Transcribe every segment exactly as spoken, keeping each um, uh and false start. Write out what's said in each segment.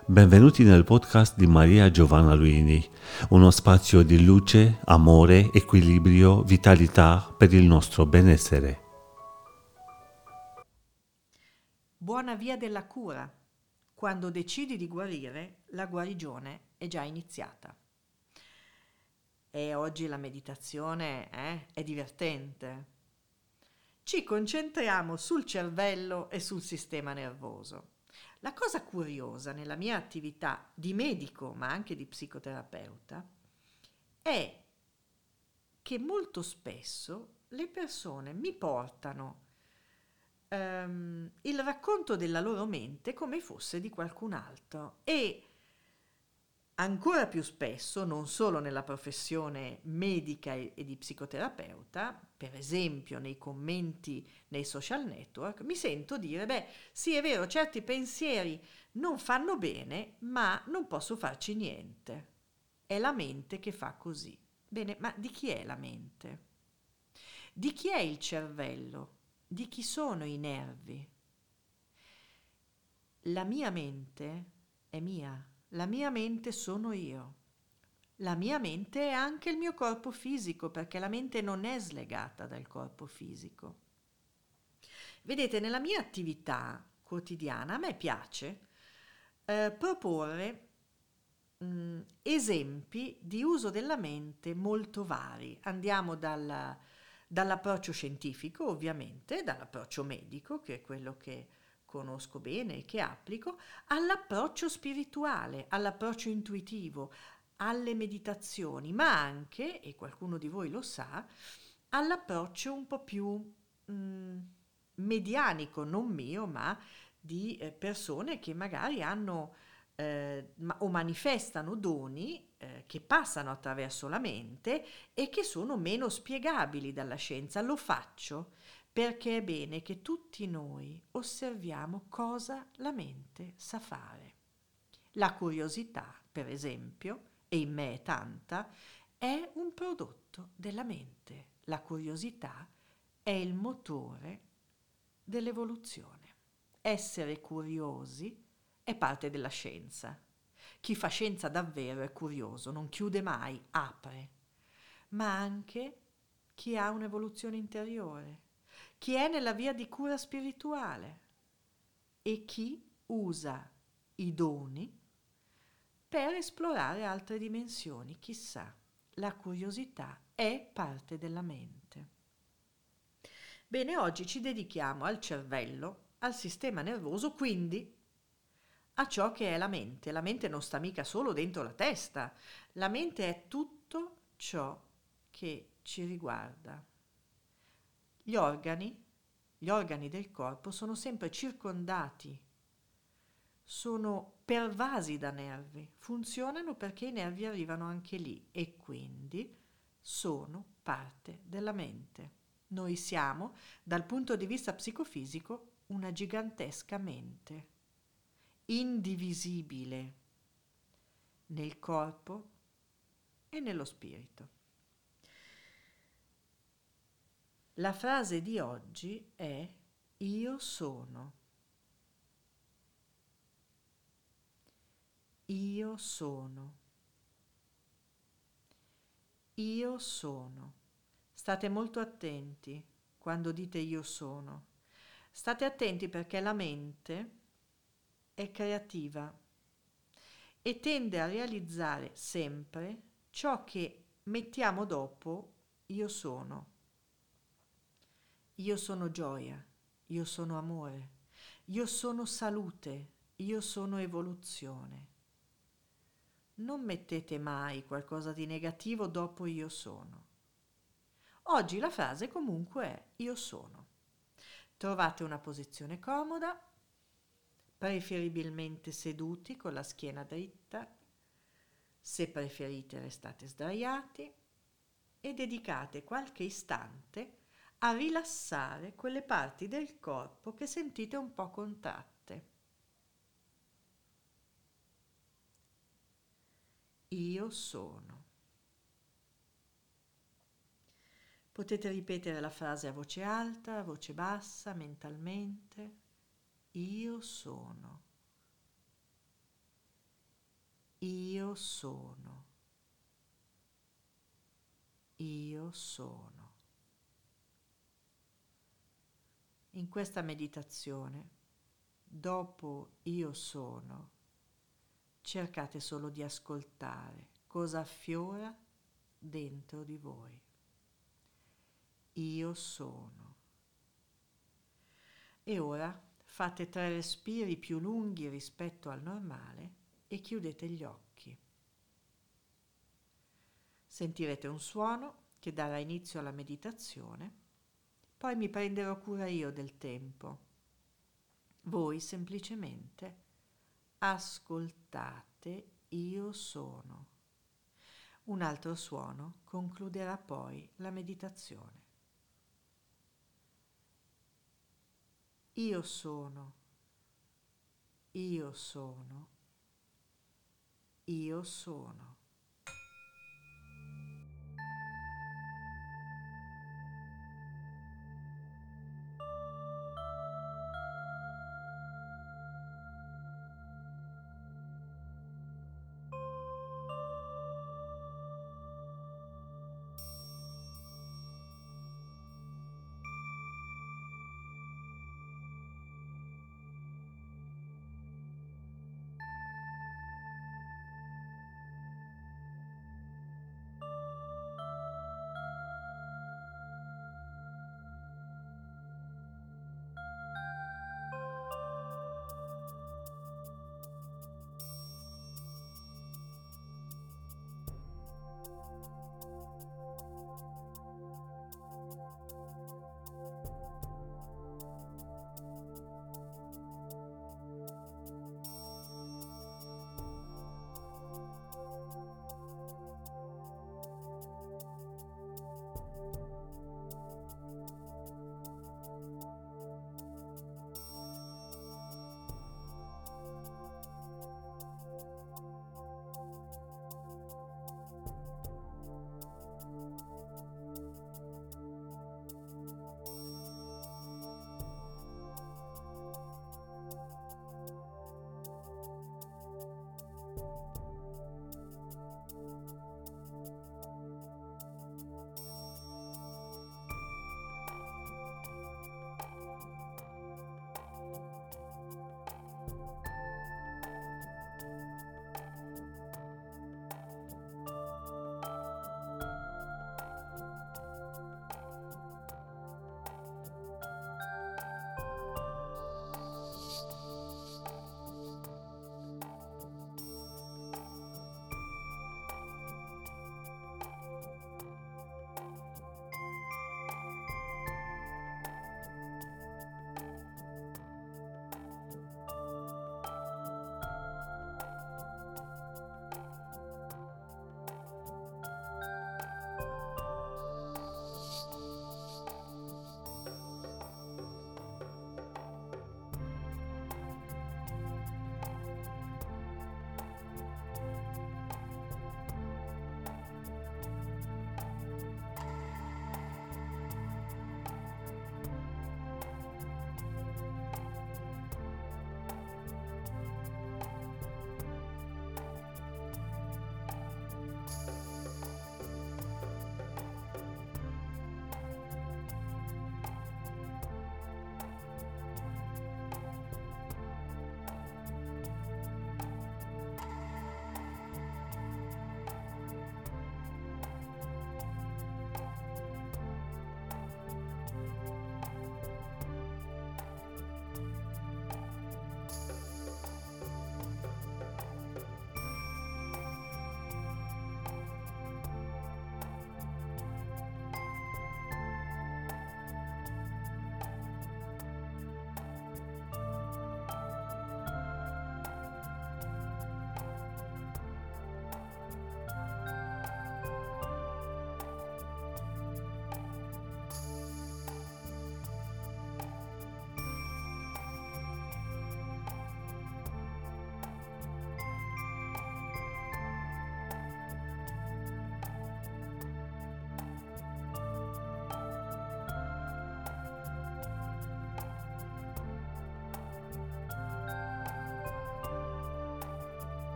Benvenuti nel podcast di Maria Giovanna Luini, uno spazio di luce, amore, equilibrio, vitalità per il nostro benessere. Buona via della cura. Quando decidi di guarire, la guarigione è già iniziata. E oggi la meditazione eh, è divertente. Ci concentriamo sul cervello e sul sistema nervoso. La cosa curiosa nella mia attività di medico, ma anche di psicoterapeuta, è che molto spesso le persone mi portano ehm, il racconto della loro mente come fosse di qualcun altro e ancora più spesso, non solo nella professione medica e, e di psicoterapeuta, per esempio nei commenti nei social network, mi sento dire, beh, sì è vero, certi pensieri non fanno bene, ma non posso farci niente. È la mente che fa così. Bene, ma di chi è la mente? Di chi è il cervello? Di chi sono i nervi? La mia mente è mia, la mia mente sono io. La mia mente è anche il mio corpo fisico, perché la mente non è slegata dal corpo fisico. Vedete, nella mia attività quotidiana a me piace eh, proporre mh, esempi di uso della mente molto vari. Andiamo dalla- dall'approccio scientifico, ovviamente, dall'approccio medico, che è quello che conosco bene e che applico, all'approccio spirituale, all'approccio intuitivo, alle meditazioni, ma anche, e qualcuno di voi lo sa, all'approccio un po' più mh, medianico, non mio, ma di eh, persone che magari hanno eh, ma- o manifestano doni eh, che passano attraverso la mente e che sono meno spiegabili dalla scienza. Lo faccio perché è bene che tutti noi osserviamo cosa la mente sa fare. La curiosità, per esempio, e in me è tanta, è un prodotto della mente. La curiosità è il motore dell'evoluzione. Essere curiosi è parte della scienza. Chi fa scienza davvero è curioso, non chiude mai, apre, ma anche chi ha un'evoluzione interiore, chi è nella via di cura spirituale e chi usa i doni per esplorare altre dimensioni, chissà. La curiosità è parte della mente. Bene, oggi ci dedichiamo al cervello, al sistema nervoso, quindi a ciò che è la mente. La mente non sta mica solo dentro la testa, la mente è tutto ciò che ci riguarda. Gli organi, gli organi del corpo sono sempre circondati, sono pervasi da nervi, funzionano perché i nervi arrivano anche lì e quindi sono parte della mente. Noi siamo, dal punto di vista psicofisico, una gigantesca mente, indivisibile nel corpo e nello spirito. La frase di oggi è io sono, io sono, io sono. State molto attenti quando dite io sono. State attenti perché la mente è creativa e tende a realizzare sempre ciò che mettiamo dopo io sono. Io sono gioia, io sono amore, io sono salute, io sono evoluzione. Non mettete mai qualcosa di negativo dopo io sono. Oggi la frase comunque è io sono. Trovate una posizione comoda, preferibilmente seduti con la schiena dritta, se preferite restate sdraiati e dedicate qualche istante a rilassare quelle parti del corpo che sentite un po' contratte. Io sono. Potete ripetere la frase a voce alta, a voce bassa, mentalmente. Io sono. Io sono. Io sono. In questa meditazione, dopo io sono, cercate solo di ascoltare cosa affiora dentro di voi. Io sono. E ora fate tre respiri più lunghi rispetto al normale e chiudete gli occhi. Sentirete un suono che darà inizio alla meditazione, poi mi prenderò cura io del tempo. Voi semplicemente ascoltate io sono. Un altro suono concluderà poi la meditazione. Io sono, io sono, io sono.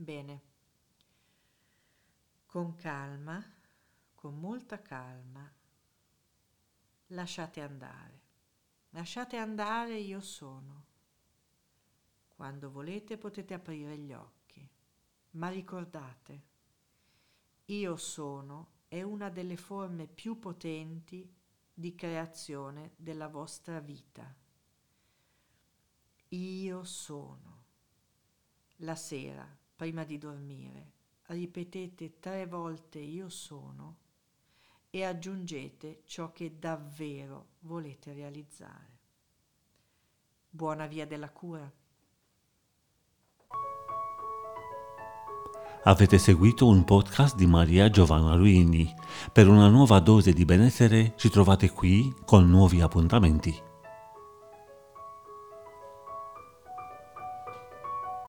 Bene. Con calma, con molta calma, lasciate andare. Lasciate andare io sono. Quando volete potete aprire gli occhi, ma ricordate, io sono è una delle forme più potenti di creazione della vostra vita. Io sono. La sera, prima di dormire, ripetete tre volte io sono e aggiungete ciò che davvero volete realizzare. Buona via della cura. Avete seguito un podcast di Maria Giovanna Luini. Per una nuova dose di benessere ci trovate qui con nuovi appuntamenti.